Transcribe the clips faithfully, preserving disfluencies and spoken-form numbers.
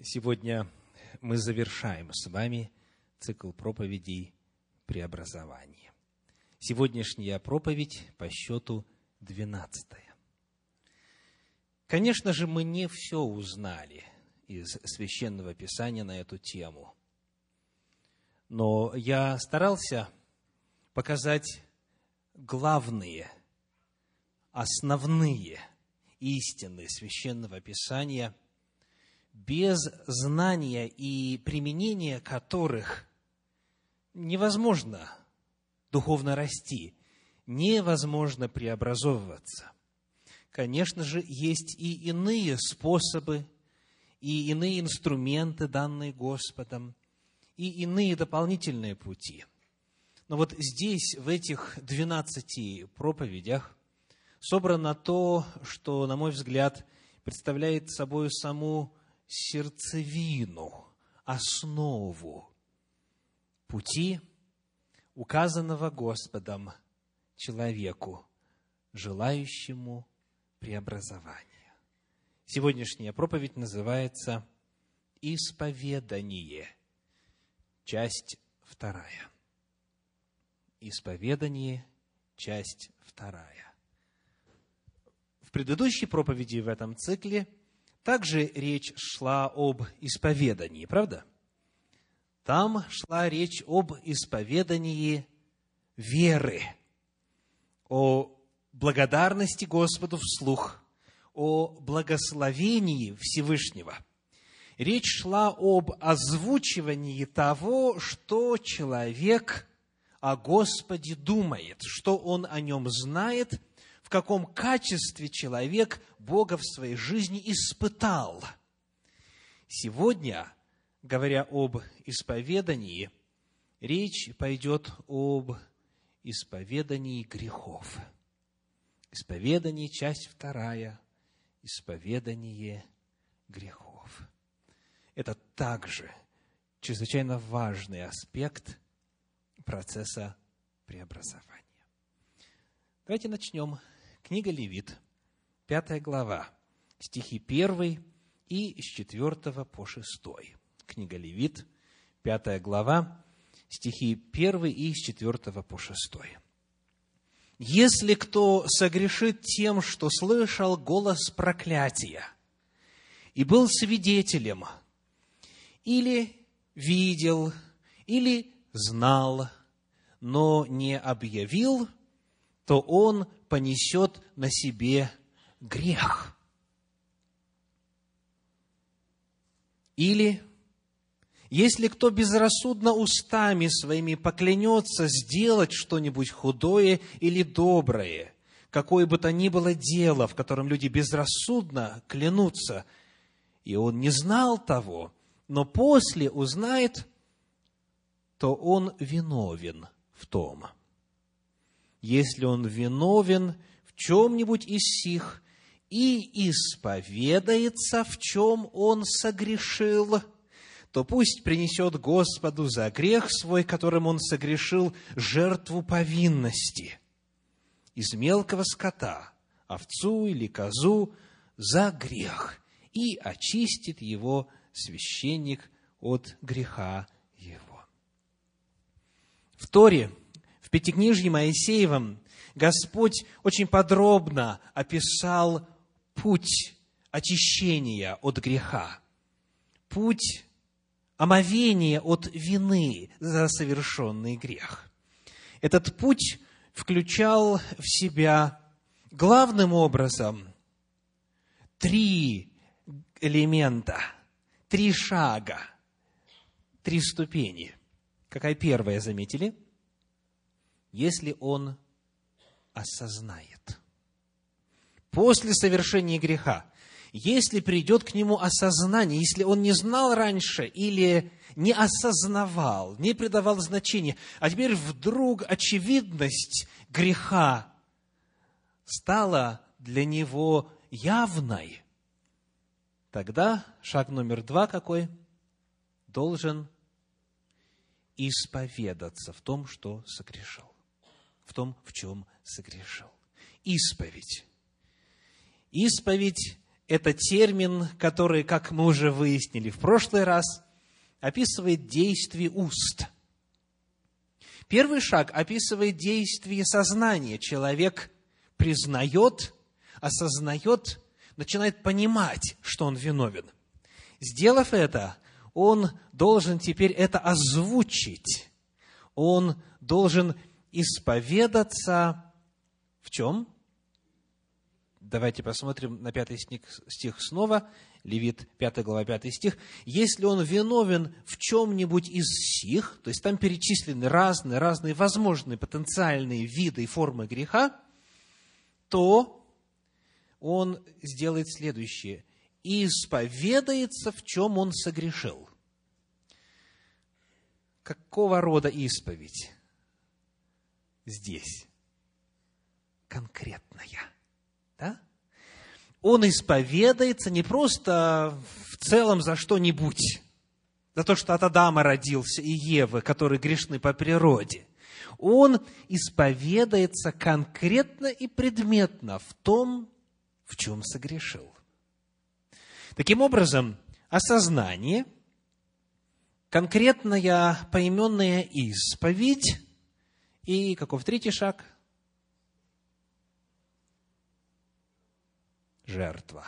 Сегодня мы завершаем с вами цикл проповедей преобразования. Сегодняшняя проповедь по счету двенадцатая. Конечно же, мы не все узнали из Священного Писания на эту тему, но я старался показать главные, основные истины Священного Писания, без знания и применения которых невозможно духовно расти, невозможно преобразовываться. Конечно же, есть и иные способы, и иные инструменты, данные Господом, и иные дополнительные пути. Но вот здесь, в этих двенадцати проповедях, собрано то, что, на мой взгляд, представляет собой саму сердцевину, основу пути, указанного Господом человеку, желающему преобразования. Сегодняшняя проповедь называется «Исповедание», часть вторая. Исповедание, часть вторая. В предыдущей проповеди в этом цикле также речь шла об исповедании, правда? Там шла речь об исповедании веры, о благодарности Господу вслух, о благословении Всевышнего. Речь шла об озвучивании того, что человек о Господе думает, что он о нем знает, в каком качестве человек Бога в своей жизни испытал. Сегодня, говоря об исповедании, речь пойдет об исповедании грехов. Исповедание, часть вторая, исповедание грехов. Это также чрезвычайно важный аспект процесса преобразования. Давайте начнем. Книга Левит, пятая глава, стихи первый и с четвертого по шестой. Книга Левит, пятая глава, стихи первый и с четвертого по шестой. «Если кто согрешит тем, что слышал голос проклятия, и был свидетелем, или видел, или знал, но не объявил, то он понесет на себе грех. Или, если кто безрассудно устами своими поклянется сделать что-нибудь худое или доброе, какое бы то ни было дело, в котором люди безрассудно клянутся, и он не знал того, но после узнает, то он виновен в том. Если он виновен в чем-нибудь из сих и исповедается, в чем он согрешил, то пусть принесет Господу за грех свой, которым он согрешил, жертву повинности из мелкого скота, овцу или козу, за грех, и очистит его священник от греха его». В Торе, в Пятикнижье Моисеевом, Господь очень подробно описал путь очищения от греха, путь омовения от вины за совершенный грех. Этот путь включал в себя главным образом три элемента, три шага, три ступени. Какая первая, заметили? Если он осознает. После совершения греха, если придет к нему осознание, если он не знал раньше или не осознавал, не придавал значения, а теперь вдруг очевидность греха стала для него явной, тогда шаг номер два какой? Должен исповедаться в том, что согрешил, в том, в чем согрешил. Исповедь. Исповедь это термин, который, как мы уже выяснили в прошлый раз, описывает действие уст. Первый шаг описывает действие сознания. Человек признает, осознает, начинает понимать, что он виновен. Сделав это, он должен теперь это озвучить. Он должен исповедаться в чем? Давайте посмотрим на пятый стих, стих снова. Левит, пятая глава, пятый стих. Если он виновен в чем-нибудь из сих, то есть там перечислены разные, разные возможные потенциальные виды и формы греха, то он сделает следующее. И исповедается, в чем он согрешил. Какого рода исповедь здесь? Конкретная. Да? Он исповедается не просто в целом за что-нибудь, за то, что от Адама родился и Евы, которые грешны по природе. Он исповедается конкретно и предметно в том, в чем согрешил. Таким образом, осознание, конкретная поименная исповедь и каков третий шаг? Жертва.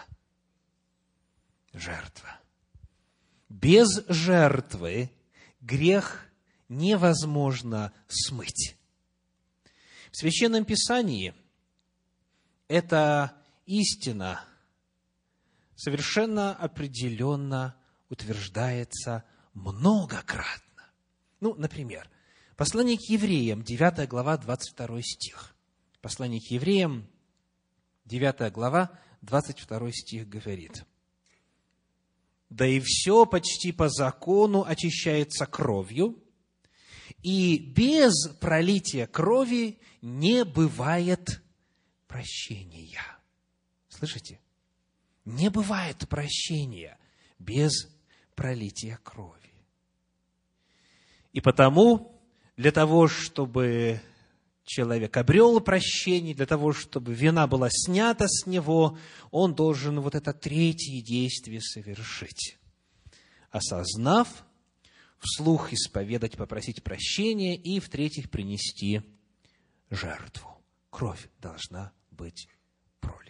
Жертва. Без жертвы грех невозможно смыть. В Священном Писании эта истина совершенно определенно утверждается многократно. Ну, например, послание к евреям, девятая глава, двадцать второй стих. Послание к евреям, девятая глава, двадцать второй стих говорит: «Да и все почти по закону очищается кровью, и без пролития крови не бывает прощения». Слышите? Не бывает прощения без пролития крови. И потому, для того, чтобы человек обрел прощение, для того, чтобы вина была снята с него, он должен вот это третье действие совершить. Осознав, вслух исповедать, попросить прощения и, в-третьих, принести жертву. Кровь должна быть пролита.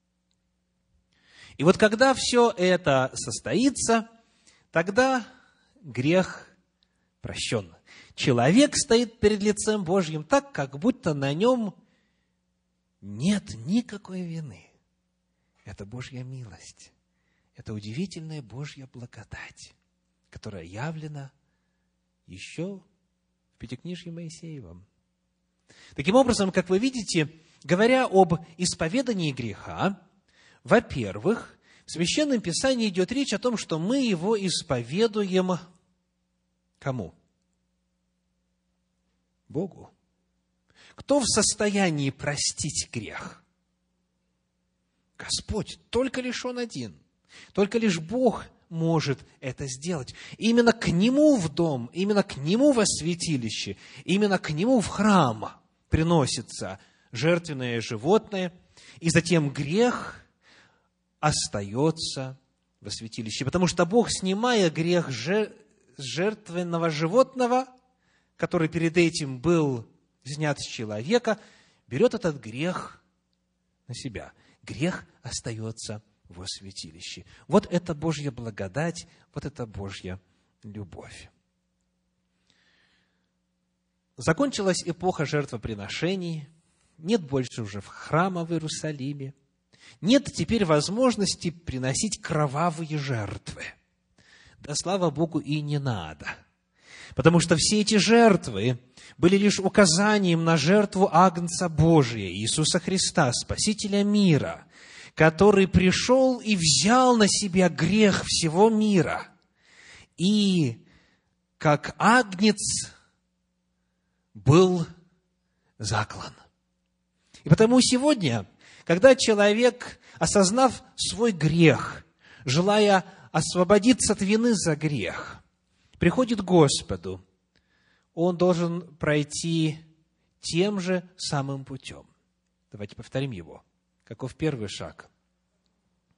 И вот когда все это состоится, тогда грех прощен. Человек стоит перед лицем Божьим так, как будто на нем нет никакой вины. Это Божья милость. Это удивительная Божья благодать, которая явлена еще в Пятикнижье Моисеевом. Таким образом, как вы видите, говоря об исповедании греха, во-первых, в Священном Писании идет речь о том, что мы его исповедуем кому? Богу. Кто в состоянии простить грех? Господь, только лишь Он один. Только лишь Бог может это сделать. Именно к Нему в дом, именно к Нему во святилище, именно к Нему в храм приносится жертвенное животное, и затем грех остается во святилище. Потому что Бог, снимая грех жертвенного животного, который перед этим был снят с человека, берет этот грех на себя. Грех остается во святилище. Вот это Божья благодать, вот это Божья любовь. Закончилась эпоха жертвоприношений, нет больше уже храма в Иерусалиме, нет теперь возможности приносить кровавые жертвы. Да, слава Богу, и не надо. Потому что все эти жертвы были лишь указанием на жертву Агнца Божия, Иисуса Христа, Спасителя мира, который пришел и взял на себя грех всего мира. И как агнец был заклан. И потому сегодня, когда человек, осознав свой грех, желая освободиться от вины за грех, приходит к Господу, он должен пройти тем же самым путем. Давайте повторим его. Каков первый шаг?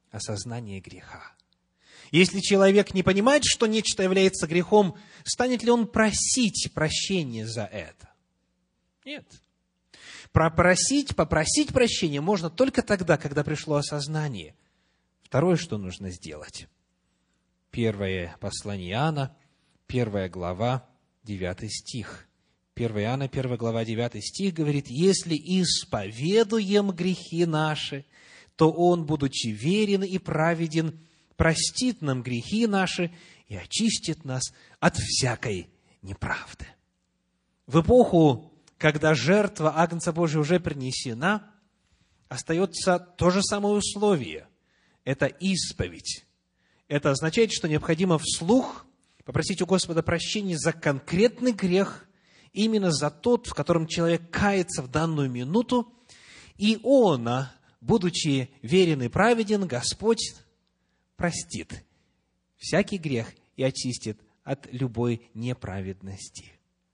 осознание греха. Если человек не понимает, что нечто является грехом, станет ли он просить прощения за это? Нет. Пропросить, попросить прощения можно только тогда, когда пришло осознание. Второе, что нужно сделать. Первое послание Иоанна, первая глава, девятый стих. первое Иоанна, первая глава, девятый стих говорит: «Если исповедуем грехи наши, то Он, будучи верен и праведен, простит нам грехи наши и очистит нас от всякой неправды». В эпоху, когда жертва Агнца Божия уже принесена, остается то же самое условие. Это исповедь. Это означает, что необходимо вслух попросить у Господа прощения за конкретный грех, именно за тот, в котором человек кается в данную минуту, и Он, будучи верен и праведен, Господь простит всякий грех и очистит от любой неправедности.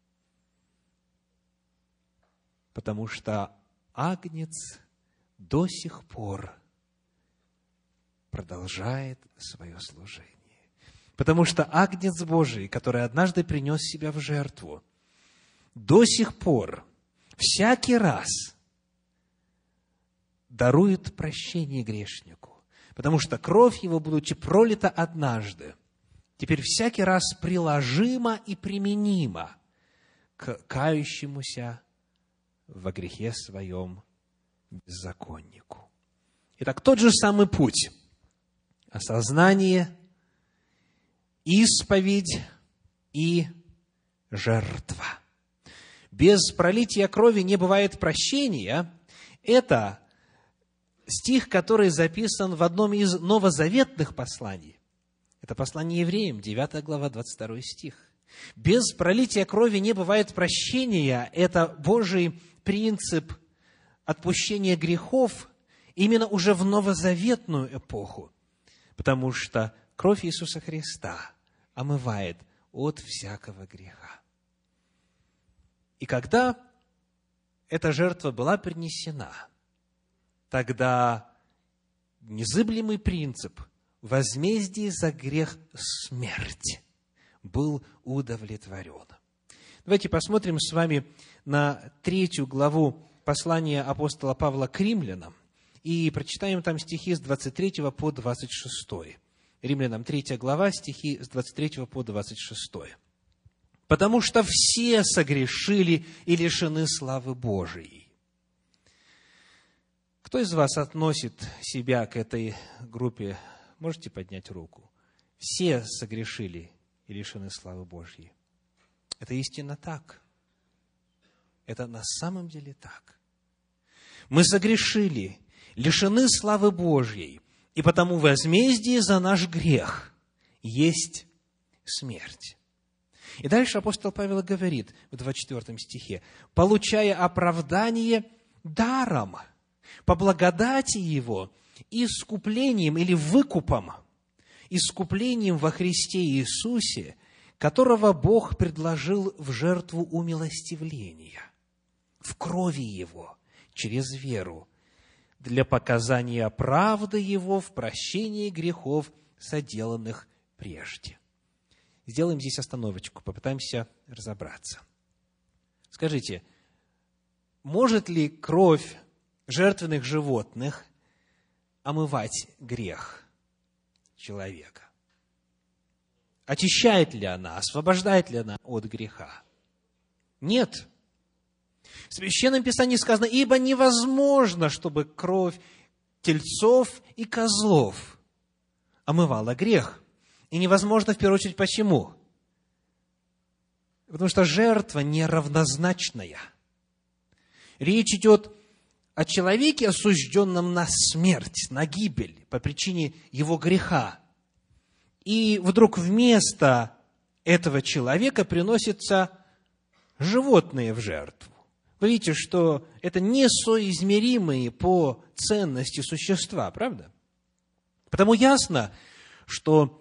Потому что Агнец до сих пор продолжает свое служение. Потому что Агнец Божий, который однажды принес себя в жертву, до сих пор, всякий раз дарует прощение грешнику. Потому что кровь его, будучи пролита однажды, теперь всякий раз приложима и применима к кающемуся во грехе своем беззаконнику. Итак, тот же самый путь. Осознание, исповедь и жертва. Без пролития крови не бывает прощения. Это стих, который записан в одном из новозаветных посланий. Это послание евреям, девятая глава, двадцать второй стих. Без пролития крови не бывает прощения. Это Божий принцип отпущения грехов именно уже в новозаветную эпоху. Потому что кровь Иисуса Христа омывает от всякого греха. И когда эта жертва была принесена, тогда незыблемый принцип возмездия за грех смерть был удовлетворен. Давайте посмотрим с вами на третью главу послания апостола Павла к римлянам и прочитаем там стихи с двадцать третьего по двадцать шестой. Римлянам третья глава, стихи с двадцать третьего по двадцать шестой. «Потому что все согрешили и лишены славы Божией». Кто из вас относит себя к этой группе? Можете поднять руку. Все согрешили и лишены славы Божьей. Это истинно так. Это на самом деле так. Мы согрешили, лишены славы Божьей, и потому возмездие за наш грех есть смерть. И дальше апостол Павел говорит в двадцать четвёртом стихе: «Получая оправдание даром, по благодати Его, искуплением или выкупом, искуплением во Христе Иисусе, которого Бог предложил в жертву умилостивления, в крови Его, через веру, для показания правды Его в прощении грехов, соделанных прежде». Сделаем здесь остановочку, попытаемся разобраться. Скажите, может ли кровь жертвенных животных омывать грех человека? Очищает ли она, освобождает ли она от греха? Нет. В Священном Писании сказано: «Ибо невозможно, чтобы кровь тельцов и козлов омывала грех». И невозможно, в первую очередь, почему? Потому что жертва неравнозначная. Речь идет о человеке, осужденном на смерть, на гибель по причине его греха. И вдруг вместо этого человека приносятся животные в жертву. Вы видите, что это несоизмеримые по ценности существа, правда? Потому ясно, что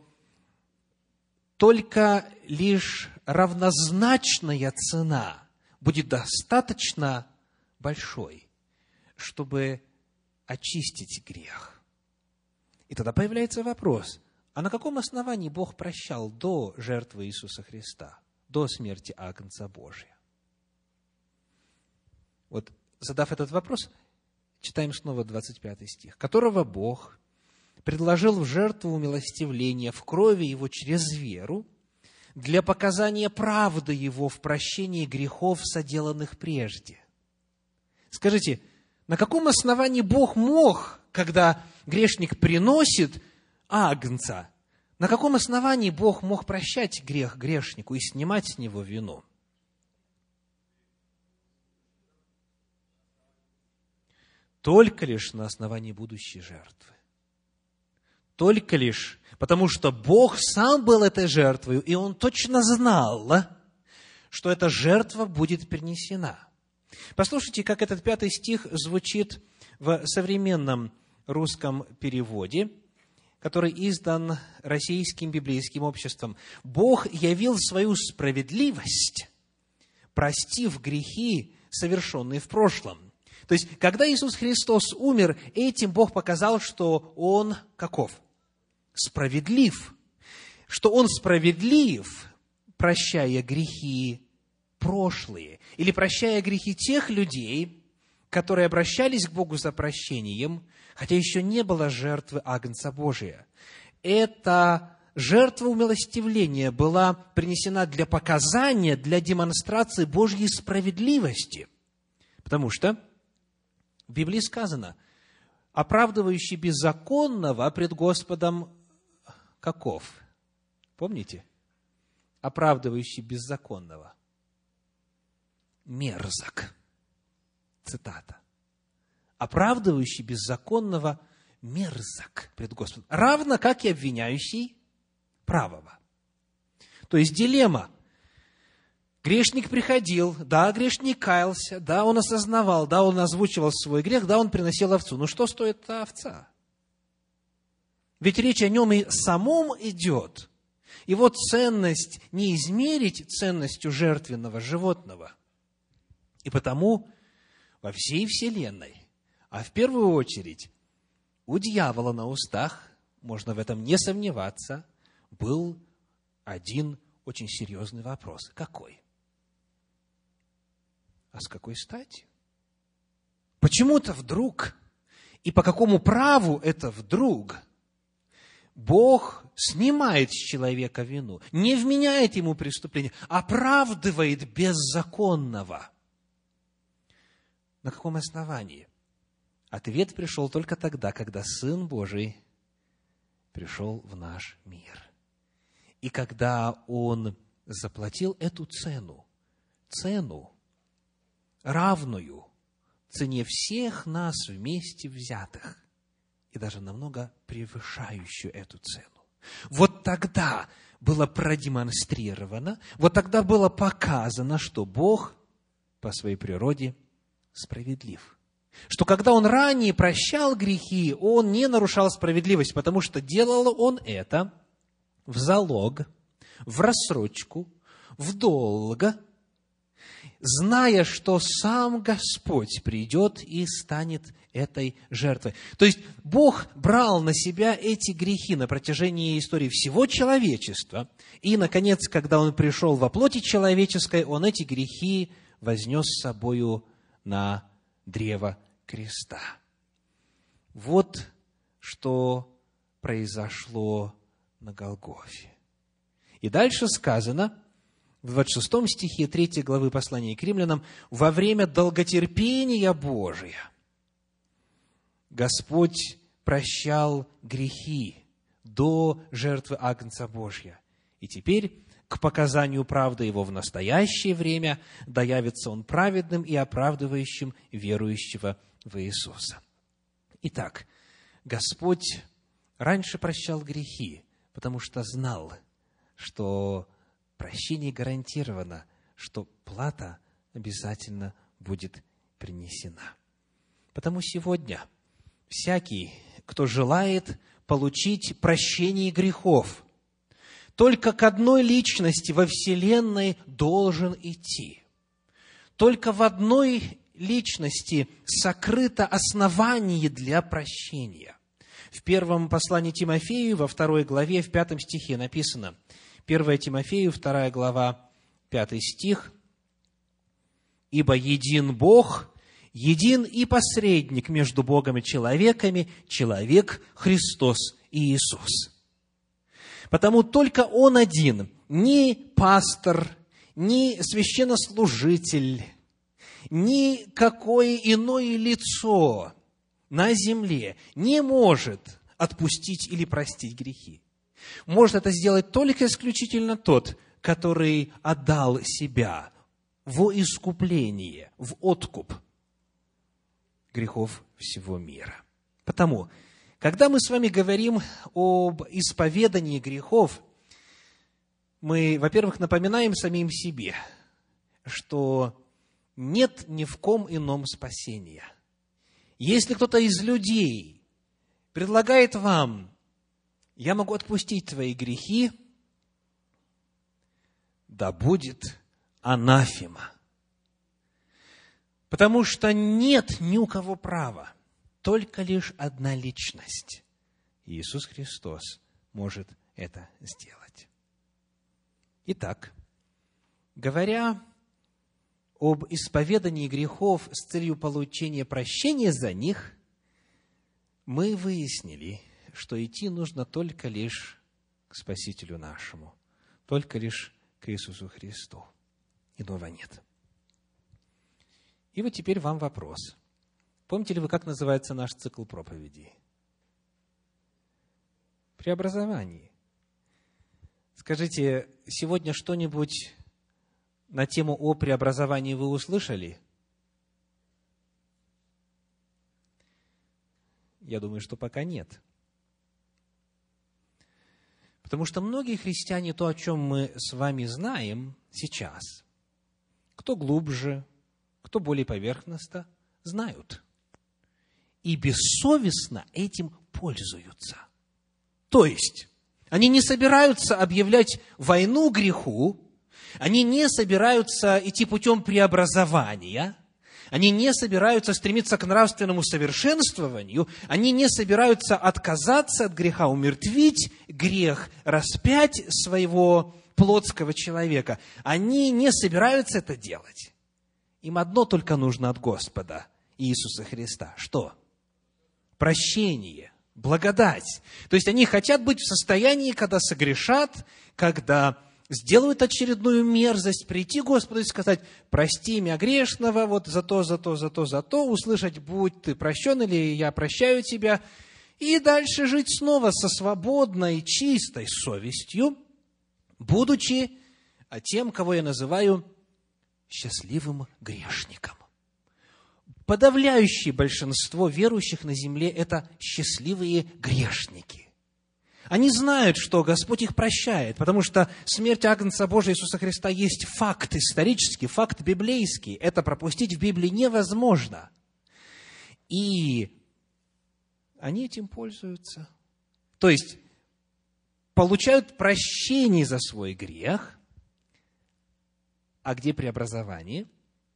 только лишь равнозначная цена будет достаточно большой, чтобы очистить грех. И тогда появляется вопрос, а на каком основании Бог прощал до жертвы Иисуса Христа, до смерти Агнца Божия? Вот, задав этот вопрос, читаем снова двадцать пятый стих. «Которого Бог предложил в жертву умилостивления в крови Его через веру, для показания правды Его в прощении грехов, соделанных прежде». Скажите, на каком основании Бог мог, когда грешник приносит агнца, на каком основании Бог мог прощать грех грешнику и снимать с него вину? Только лишь на основании будущей жертвы. Только лишь потому, что Бог сам был этой жертвой, и Он точно знал, что эта жертва будет принесена. Послушайте, как этот пятый стих звучит в современном русском переводе, который издан Российским библейским обществом. «Бог явил свою справедливость, простив грехи, совершенные в прошлом». То есть, когда Иисус Христос умер, этим Бог показал, что Он каков? Справедлив. Что Он справедлив, прощая грехи прошлые, или прощая грехи тех людей, которые обращались к Богу за прощением, хотя еще не было жертвы Агнца Божия. Эта жертва умилостивления была принесена для показания, для демонстрации Божьей справедливости. Потому что в Библии сказано, оправдывающий беззаконного пред Господом каков? Помните? Оправдывающий беззаконного. Мерзок. Цитата. Оправдывающий беззаконного мерзок пред Господом. Равно, как и обвиняющий правого. То есть дилемма. Грешник приходил, да, грешник каялся, да, он осознавал, да, он озвучивал свой грех, да, он приносил овцу. Ну, что стоит эта овца? Ведь речь о нем и самом идет. Его ценность не измерить ценностью жертвенного животного. И потому во всей вселенной, а в первую очередь у дьявола на устах, можно в этом не сомневаться, был один очень серьезный вопрос. Какой? А с какой стати? Почему-то вдруг, и по какому праву это вдруг, Бог снимает с человека вину, не вменяет ему преступление, оправдывает беззаконного. На каком основании? Ответ пришел только тогда, когда Сын Божий пришел в наш мир. И когда Он заплатил эту цену, цену, равную цене всех нас вместе взятых, и даже намного превышающую эту цену. Вот тогда было продемонстрировано, вот тогда было показано, что Бог по своей природе справедлив. Что когда Он ранее прощал грехи, Он не нарушал справедливость, потому что делал Он это в залог, в рассрочку, в долг, зная, что сам Господь придет и станет этой жертвой. То есть Бог брал на себя эти грехи на протяжении истории всего человечества, и, наконец, когда Он пришел во плоти человеческой, Он эти грехи вознес с собою на древо креста. Вот что произошло на Голгофе. И дальше сказано, в двадцать шестом стихе третьей главы послания к римлянам, во время долготерпения Божия Господь прощал грехи до жертвы Агнца Божия. И теперь, к показанию правды Его в настоящее время, да явится Он праведным и оправдывающим верующего в Иисуса. Итак, Господь раньше прощал грехи, потому что знал, что прощение гарантировано, что плата обязательно будет принесена. Потому сегодня всякий, кто желает получить прощение грехов, только к одной личности во вселенной должен идти. Только в одной личности сокрыто основание для прощения. В первом послании Тимофею, во второй главе, в пятом стихе написано, первое Тимофею, вторая глава, пятый стих, «Ибо един Бог, един и посредник между Богом и человеками, человек Христос Иисус». Потому только Он один, ни пастор, ни священнослужитель, ни какое иное лицо на земле не может отпустить или простить грехи. Может это сделать только исключительно тот, который отдал себя во искупление, в откуп грехов всего мира. Потому, когда мы с вами говорим об исповедании грехов, мы, во-первых, напоминаем самим себе, что нет ни в ком ином спасения. Если кто-то из людей предлагает вам: «Я могу отпустить твои грехи», да будет анафема. Потому что нет ни у кого права, только лишь одна личность. Иисус Христос может это сделать. Итак, говоря об исповедании грехов с целью получения прощения за них, мы выяснили, что идти нужно только лишь к Спасителю нашему, только лишь к Иисусу Христу. Иного нет. И вот теперь вам вопрос. Помните ли вы, как называется наш цикл проповедей? Преобразование. Скажите, сегодня что-нибудь на тему о преобразовании вы услышали? Я думаю, что пока нет. Потому что многие христиане, то, о чем мы с вами знаем сейчас, кто глубже, кто более поверхностно, знают. И бессовестно этим пользуются. То есть, они не собираются объявлять войну греху, они не собираются идти путем преобразования, они не собираются стремиться к нравственному совершенствованию, они не собираются отказаться от греха, умертвить грех, распять своего плотского человека. Они не собираются это делать. Им одно только нужно от Господа Иисуса Христа. Что? Прощение, благодать. То есть они хотят быть в состоянии, когда согрешат, когда сделают очередную мерзость, прийти к Господу и сказать: «Прости меня грешного, вот за то, за то, за то, за то», услышать: «Будь ты прощен» или «Я прощаю тебя», и дальше жить снова со свободной, чистой совестью, будучи тем, кого я называю счастливым грешником. Подавляющее большинство верующих на земле – это счастливые грешники. Они знают, что Господь их прощает, потому что смерть Агнца Божия Иисуса Христа есть факт исторический, факт библейский. Это пропустить в Библии невозможно. И они этим пользуются. То есть, получают прощение за свой грех. А где преобразование?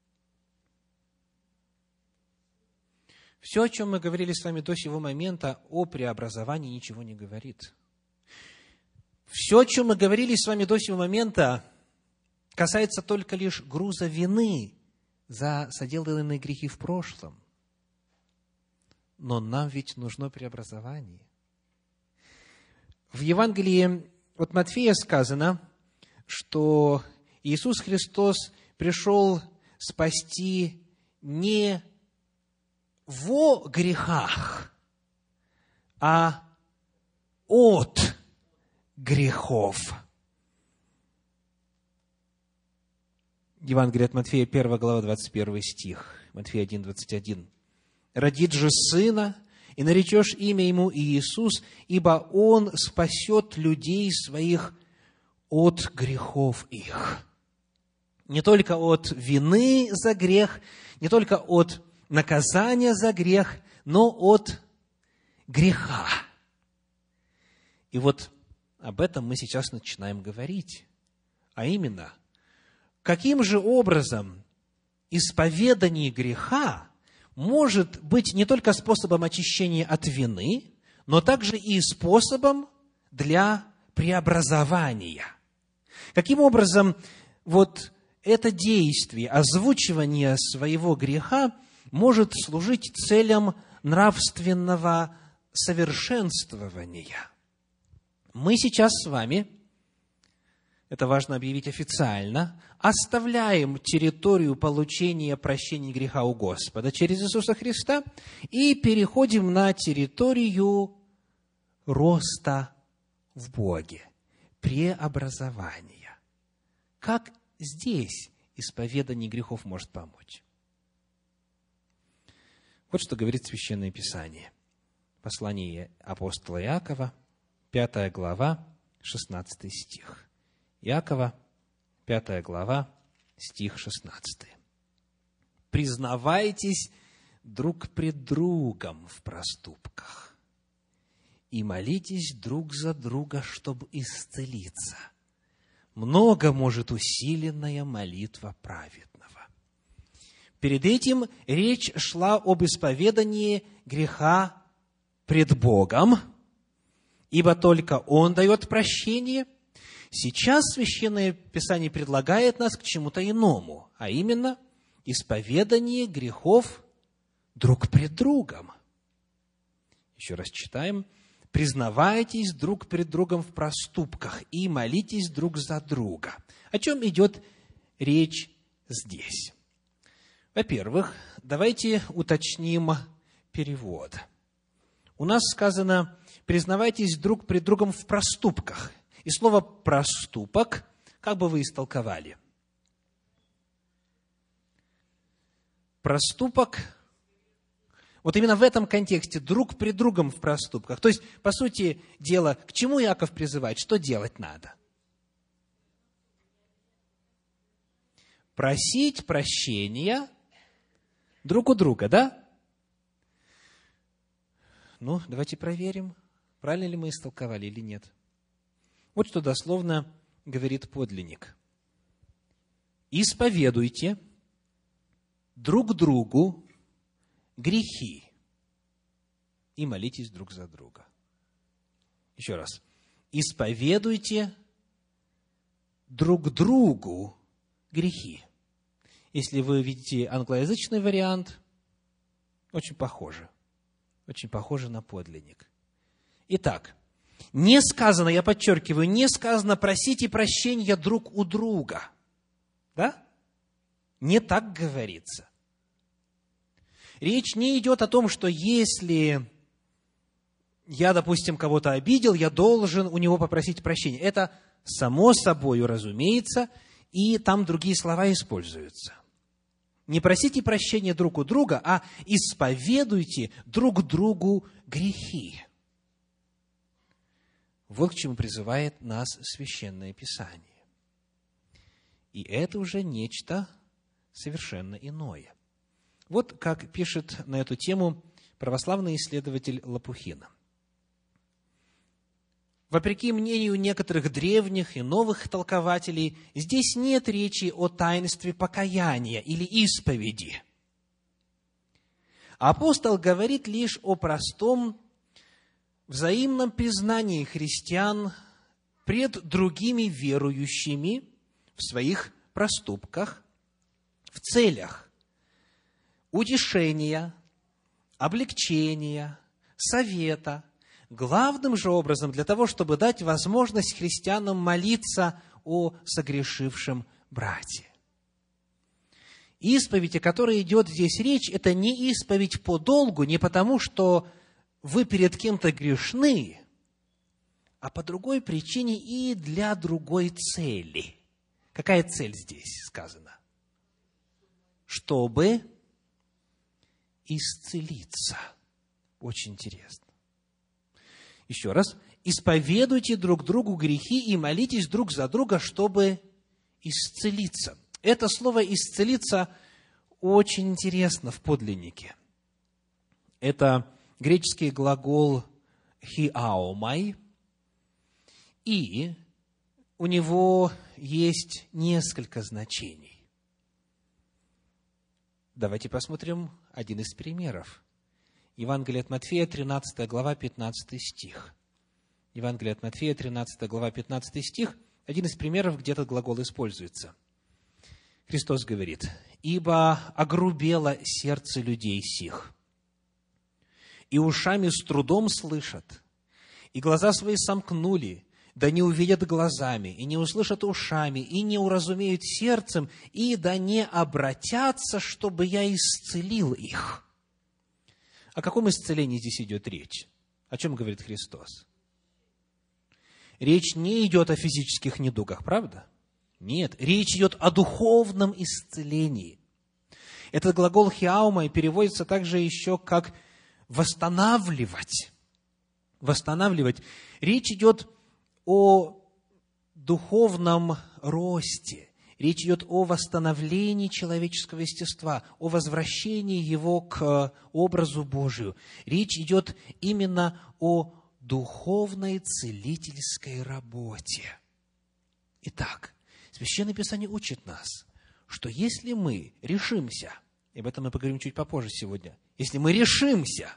Все, о чем мы говорили с вами до сего момента, о преобразовании ничего не говорит. Все, о чем мы говорили с вами до сего момента, касается только лишь груза вины за соделанные грехи в прошлом. Но нам ведь нужно преобразование. В Евангелии от Матфея сказано, что Иисус Христос пришел спасти не во грехах, а от грехов. Евангелие от Матфея, первая глава, двадцать первый стих. Матфея один, двадцать один. «Родит же сына, и наречешь имя ему Иисус, ибо он спасет людей своих от грехов их». Не только от вины за грех, не только от наказания за грех, но от греха. И вот об этом мы сейчас начинаем говорить. А именно, каким же образом исповедание греха может быть не только способом очищения от вины, но также и способом для преобразования. Каким образом вот это действие, озвучивание своего греха может служить целям нравственного совершенствования? Мы сейчас с вами, это важно объявить официально, оставляем территорию получения прощения греха у Господа через Иисуса Христа и переходим на территорию роста в Боге, преобразования. Как здесь исповедание грехов может помочь? Вот что говорит Священное Писание. Послание апостола Иакова, пятая глава, шестнадцатый стих. Иакова, пятая глава, стих шестнадцатый. «Признавайтесь друг пред другом в проступках и молитесь друг за друга, чтобы исцелиться. Много может усиленная молитва праведного». Перед этим речь шла об исповедании греха пред Богом, ибо только Он дает прощение. Сейчас Священное Писание предлагает нас к чему-то иному, а именно исповедание грехов друг пред другом. Еще раз читаем. «Признавайтесь друг пред другом в проступках и молитесь друг за друга». О чем идет речь здесь? Во-первых, давайте уточним перевод. У нас сказано «признавайтесь друг пред другом в проступках». И слово «проступок» как бы вы истолковали? Проступок, вот именно в этом контексте, друг пред другом в проступках. То есть, по сути дела, к чему Иаков призывает? Что делать надо? Просить прощения друг у друга, да? Ну, давайте проверим, правильно ли мы истолковали или нет. Вот что дословно говорит подлинник. «Исповедуйте друг другу грехи и молитесь друг за друга». Еще раз. «Исповедуйте друг другу грехи». Если вы видите англоязычный вариант, очень похоже. Очень похоже на подлинник. Итак, не сказано, я подчеркиваю, не сказано «просите прощения друг у друга». Да? Не так говорится. Речь не идет о том, что если я, допустим, кого-то обидел, я должен у него попросить прощения. Это само собой разумеется, и там другие слова используются. Не просите прощения друг у друга, а исповедуйте друг другу грехи. Вот к чему призывает нас Священное Писание. И это уже нечто совершенно иное. Вот как пишет на эту тему православный исследователь Лопухин. Вопреки мнению некоторых древних и новых толкователей, здесь нет речи о таинстве покаяния или исповеди. Апостол говорит лишь о простом взаимном признании христиан пред другими верующими в своих проступках в целях утешения, облегчения, совета, главным же образом для того, чтобы дать возможность христианам молиться о согрешившем брате. Исповедь, о которой идет здесь речь, это не исповедь по долгу, не потому, что вы перед кем-то грешны, а по другой причине и для другой цели. Какая цель здесь сказана? Чтобы исцелиться. Очень интересно. Еще раз. Исповедуйте друг другу грехи и молитесь друг за друга, чтобы исцелиться. Это слово «исцелиться» очень интересно в подлиннике. Это греческий глагол «хиаомай», и у него есть несколько значений. Давайте посмотрим один из примеров. Евангелие от Матфея, тринадцатая глава, пятнадцатый стих. Евангелие от Матфея, тринадцатая глава, пятнадцатый стих. Один из примеров, где этот глагол используется. Христос говорит: «Ибо огрубело сердце людей сих, и ушами с трудом слышат, и глаза свои сомкнули, да не увидят глазами, и не услышат ушами, и не уразумеют сердцем, и да не обратятся, чтобы я исцелил их». О каком исцелении здесь идет речь? О чем говорит Христос? Речь не идет о физических недугах, правда? Нет, речь идет о духовном исцелении. Этот глагол «хиаумai» переводится также еще как «восстанавливать». Восстанавливать. Речь идет о духовном росте. Речь идет о восстановлении человеческого естества, о возвращении его к образу Божию. Речь идет именно о духовной целительской работе. Итак, Священное Писание учит нас, что если мы решимся, и об этом мы поговорим чуть попозже сегодня, если мы решимся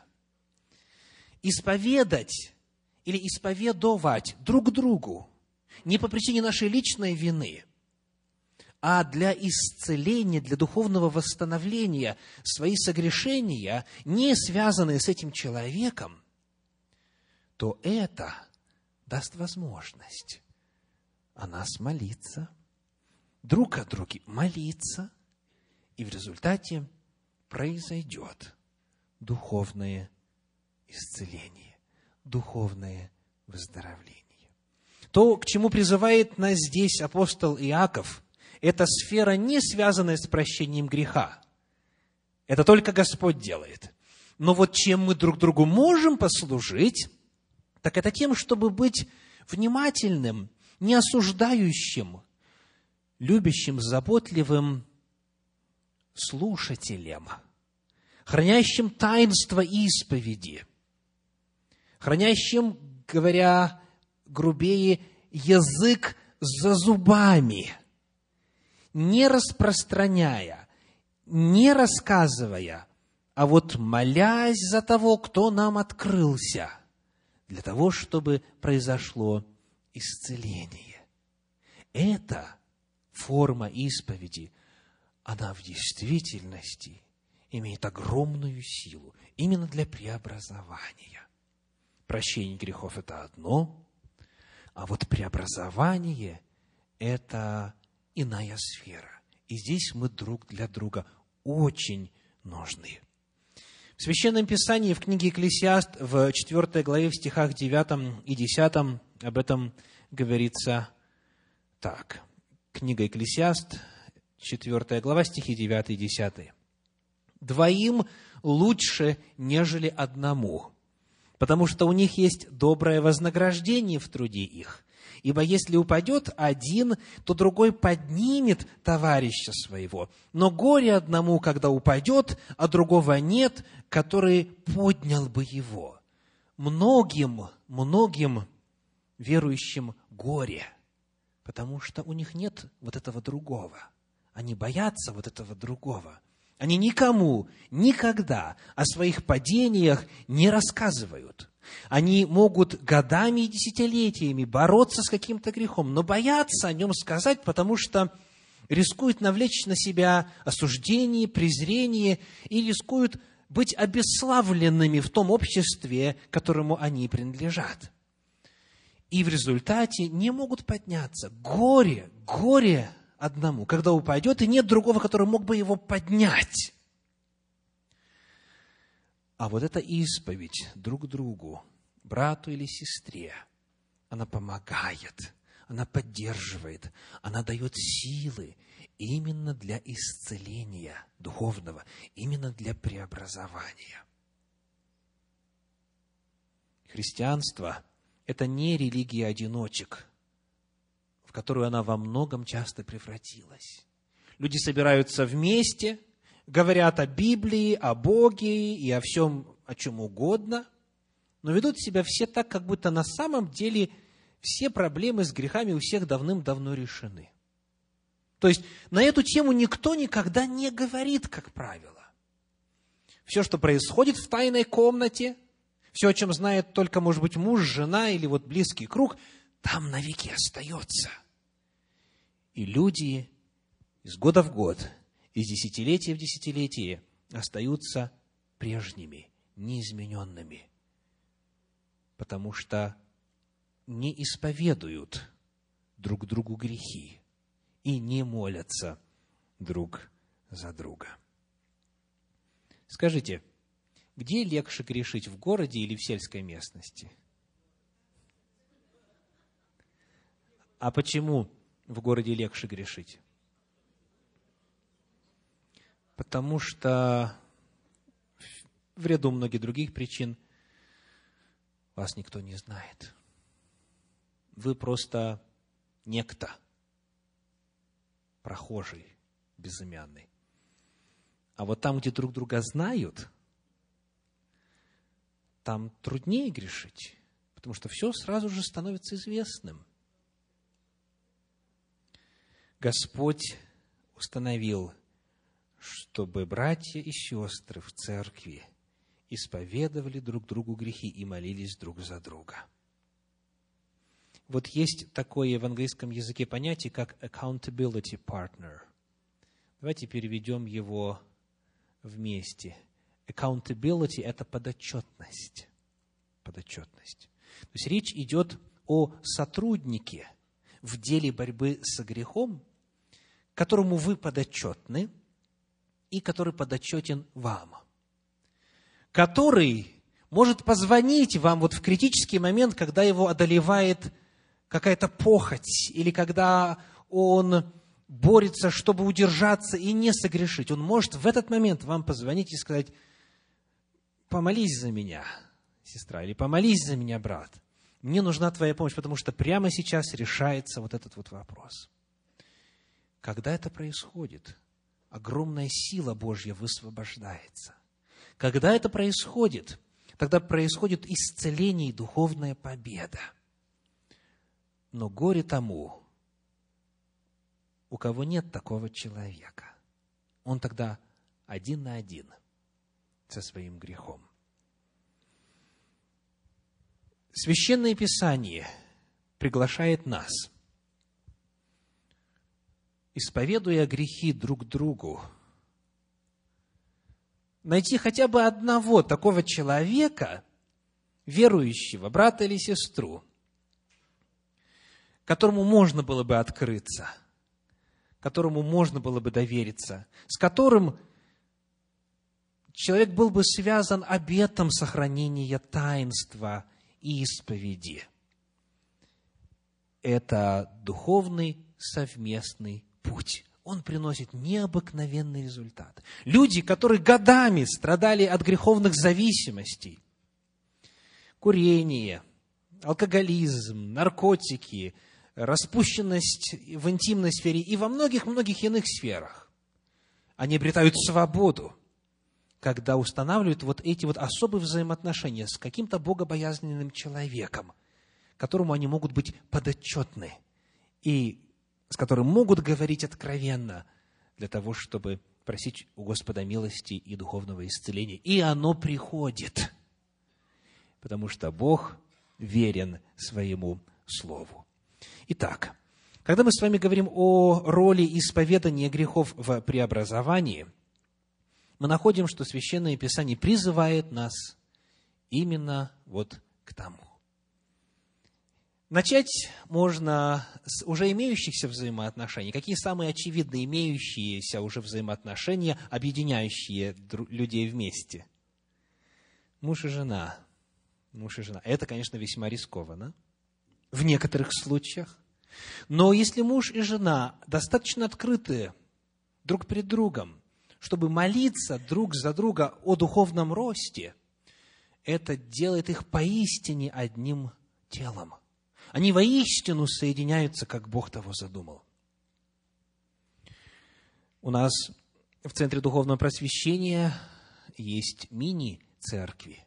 исповедать или исповедовать друг другу не по причине нашей личной вины, а для исцеления, для духовного восстановления свои согрешения, не связанные с этим человеком, то это даст возможность о нас молиться, друг о друге молиться, и в результате произойдет духовное исцеление, духовное выздоровление. То, к чему призывает нас здесь апостол Иаков, это сфера, не связанная с прощением греха. Это только Господь делает. Но вот чем мы друг другу можем послужить, так это тем, чтобы быть внимательным, не осуждающим, любящим, заботливым слушателем, хранящим таинство исповеди, хранящим, говоря грубее, язык за зубами, не распространяя, не рассказывая, а вот молясь за того, кто нам открылся, для того, чтобы произошло исцеление. Эта форма исповеди, она в действительности имеет огромную силу именно для преобразования. Прощение грехов – это одно, а вот преобразование – это иная сфера. И здесь мы друг для друга очень нужны. В Священном Писании, в книге Екклесиаст, в четвёртой главе, в стихах девятом и десятом, об этом говорится так. Книга Екклесиаст, четвёртая глава, стихи девятый и десятый. «Двоим лучше, нежели одному, потому что у них есть доброе вознаграждение в труде их. Ибо если упадет один, то другой поднимет товарища своего. Но горе одному, когда упадет, а другого нет, который поднял бы его». Многим, многим верующим горе, потому что у них нет вот этого другого. Они боятся вот этого другого. Они никому, никогда о своих падениях не рассказывают. Они могут годами и десятилетиями бороться с каким-то грехом, но боятся о нем сказать, потому что рискуют навлечь на себя осуждение, презрение и рискуют быть обесславленными в том обществе, которому они принадлежат. И в результате не могут подняться. Горе, горе одному, когда упадет, и нет другого, который мог бы его поднять. А вот эта исповедь друг другу, брату или сестре, она помогает, она поддерживает, она дает силы именно для исцеления духовного, именно для преобразования. Христианство – это не религия одиночек, в которую она во многом часто превратилась. Люди собираются вместе, говорят о Библии, о Боге и о всем, о чем угодно, но ведут себя все так, как будто на самом деле все проблемы с грехами у всех давным-давно решены. То есть на эту тему никто никогда не говорит, как правило. все, что происходит в тайной комнате, все, о чем знает только, может быть, муж, жена или вот близкий круг, там навеки остается. И люди из года в год, из десятилетия в десятилетие остаются прежними, неизмененными, потому что не исповедуют друг другу грехи и не молятся друг за друга. Скажите, где легче грешить, в городе или в сельской местности? А почему в городе легче грешить? Потому что в ряду многих других причин вас никто не знает. Вы просто некто, прохожий, безымянный. А вот там, где друг друга знают, там труднее грешить, потому что все сразу же становится известным. Господь установил, чтобы братья и сестры в церкви исповедовали друг другу грехи и молились друг за друга. Вот есть такое в английском языке понятие, как accountability partner. Давайте переведем его вместе. Accountability – это подотчетность. Подотчетность. То есть речь идет о сотруднике в деле борьбы с грехом, которому вы подотчетны и который подотчетен вам. Который может позвонить вам вот в критический момент, когда его одолевает какая-то похоть, или когда он борется, чтобы удержаться и не согрешить. Он может в этот момент вам позвонить и сказать: помолись за меня, сестра, или помолись за меня, брат. Мне нужна твоя помощь, потому что прямо сейчас решается вот этот вот вопрос. Когда это происходит, огромная сила Божья высвобождается. Когда это происходит, тогда происходит исцеление и духовная победа. Но горе тому, у кого нет такого человека. Он тогда один на один со своим грехом. Священное Писание приглашает нас, исповедуя грехи друг другу, найти хотя бы одного такого человека, верующего, брата или сестру, которому можно было бы открыться, которому можно было бы довериться, с которым человек был бы связан обетом сохранения таинства и исповеди. Это духовный совместный путь. Он приносит необыкновенный результат. Люди, которые годами страдали от греховных зависимостей, курение, алкоголизм, наркотики, распущенность в интимной сфере и во многих-многих иных сферах, они обретают свободу, когда устанавливают вот эти вот особые взаимоотношения с каким-то богобоязненным человеком, которому они могут быть подотчетны и с которым могут говорить откровенно для того, чтобы просить у Господа милости и духовного исцеления. И оно приходит, потому что Бог верен своему Слову. Итак, когда мы с вами говорим о роли исповедания грехов в преобразовании, мы находим, что Священное Писание призывает нас именно вот к тому. Начать можно с уже имеющихся взаимоотношений. Какие самые очевидные имеющиеся уже взаимоотношения, объединяющие людей вместе? Муж и жена. Муж и жена. Это, конечно, весьма рискованно в некоторых случаях. Но если муж и жена достаточно открыты друг перед другом, чтобы молиться друг за друга о духовном росте, это делает их поистине одним телом. Они воистину соединяются, как Бог того задумал. У нас в Центре Духовного Просвещения есть мини-церкви.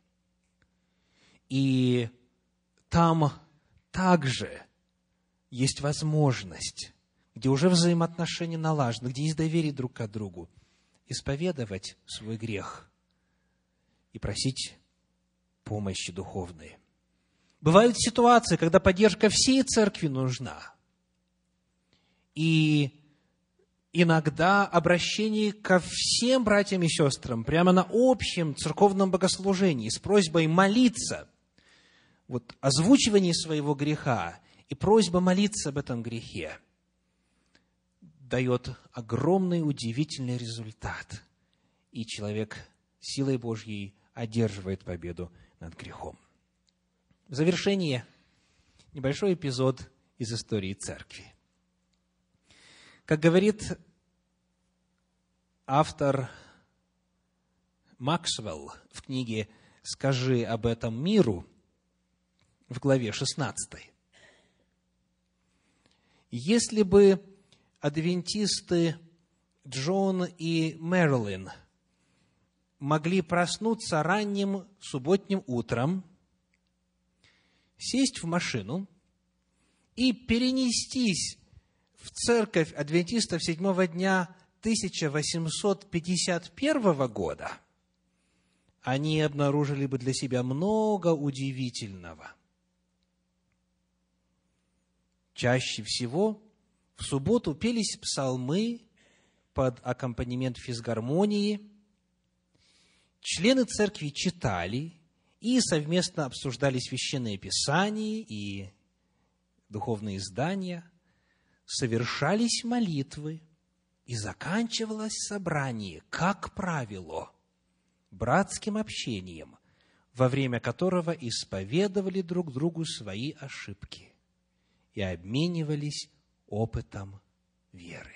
И там также есть возможность, где уже взаимоотношения налажены, где есть доверие друг к другу, исповедовать свой грех и просить помощи духовной. Бывают ситуации, когда поддержка всей церкви нужна. И иногда обращение ко всем братьям и сестрам прямо на общем церковном богослужении с просьбой молиться, вот озвучивание своего греха и просьба молиться об этом грехе дает огромный, удивительный результат. И человек силой Божьей одерживает победу над грехом. В завершение небольшой эпизод из истории церкви. Как говорит автор Максвелл в книге «Скажи об этом миру» в главе шестнадцатой, если бы адвентисты Джон и Мэрилин могли проснуться ранним субботним утром, сесть в машину и перенестись в церковь адвентистов седьмого дня тысяча восемьсот пятьдесят первого года, они обнаружили бы для себя много удивительного. Чаще всего в субботу пелись псалмы под аккомпанемент физгармонии, члены церкви читали и совместно обсуждали священные писания и духовные издания, совершались молитвы, и заканчивалось собрание, как правило, братским общением, во время которого исповедовали друг другу свои ошибки и обменивались опытом веры.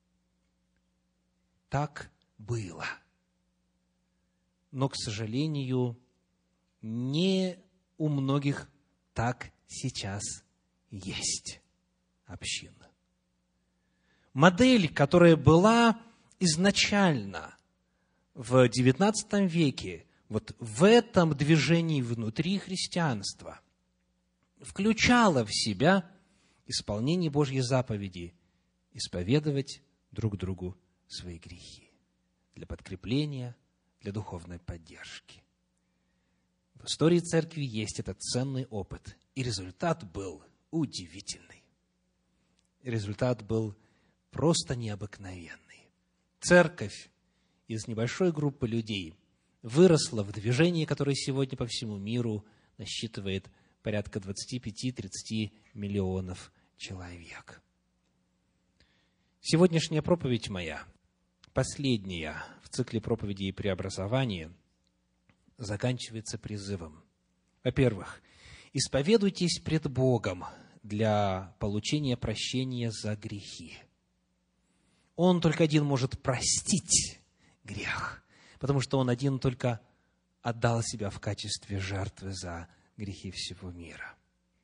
Так было. Но, к сожалению, не у многих так сейчас есть общин. Модель, которая была изначально в девятнадцатом веке, вот в этом движении внутри христианства, включала в себя исполнение Божьей заповеди исповедовать друг другу свои грехи для подкрепления, для духовной поддержки. В истории церкви есть этот ценный опыт, и результат был удивительный. Результат был просто необыкновенный. Церковь из небольшой группы людей выросла в движении, которое сегодня по всему миру насчитывает порядка двадцать пять - тридцать миллионов человек. Сегодняшняя проповедь моя, последняя в цикле проповедей преобразования, заканчивается призывом. Во-первых, исповедуйтесь пред Богом для получения прощения за грехи. Он только один может простить грех, потому что Он один только отдал себя в качестве жертвы за грехи всего мира.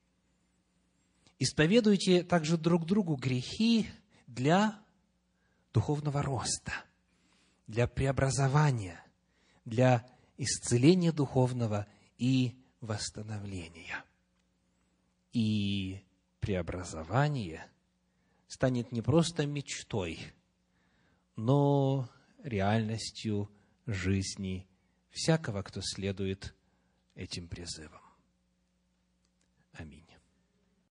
Исповедуйте также друг другу грехи для духовного роста, для преобразования, для исцеления духовного и восстановления. И преобразование станет не просто мечтой, но реальностью жизни всякого, кто следует этим призывам. Аминь.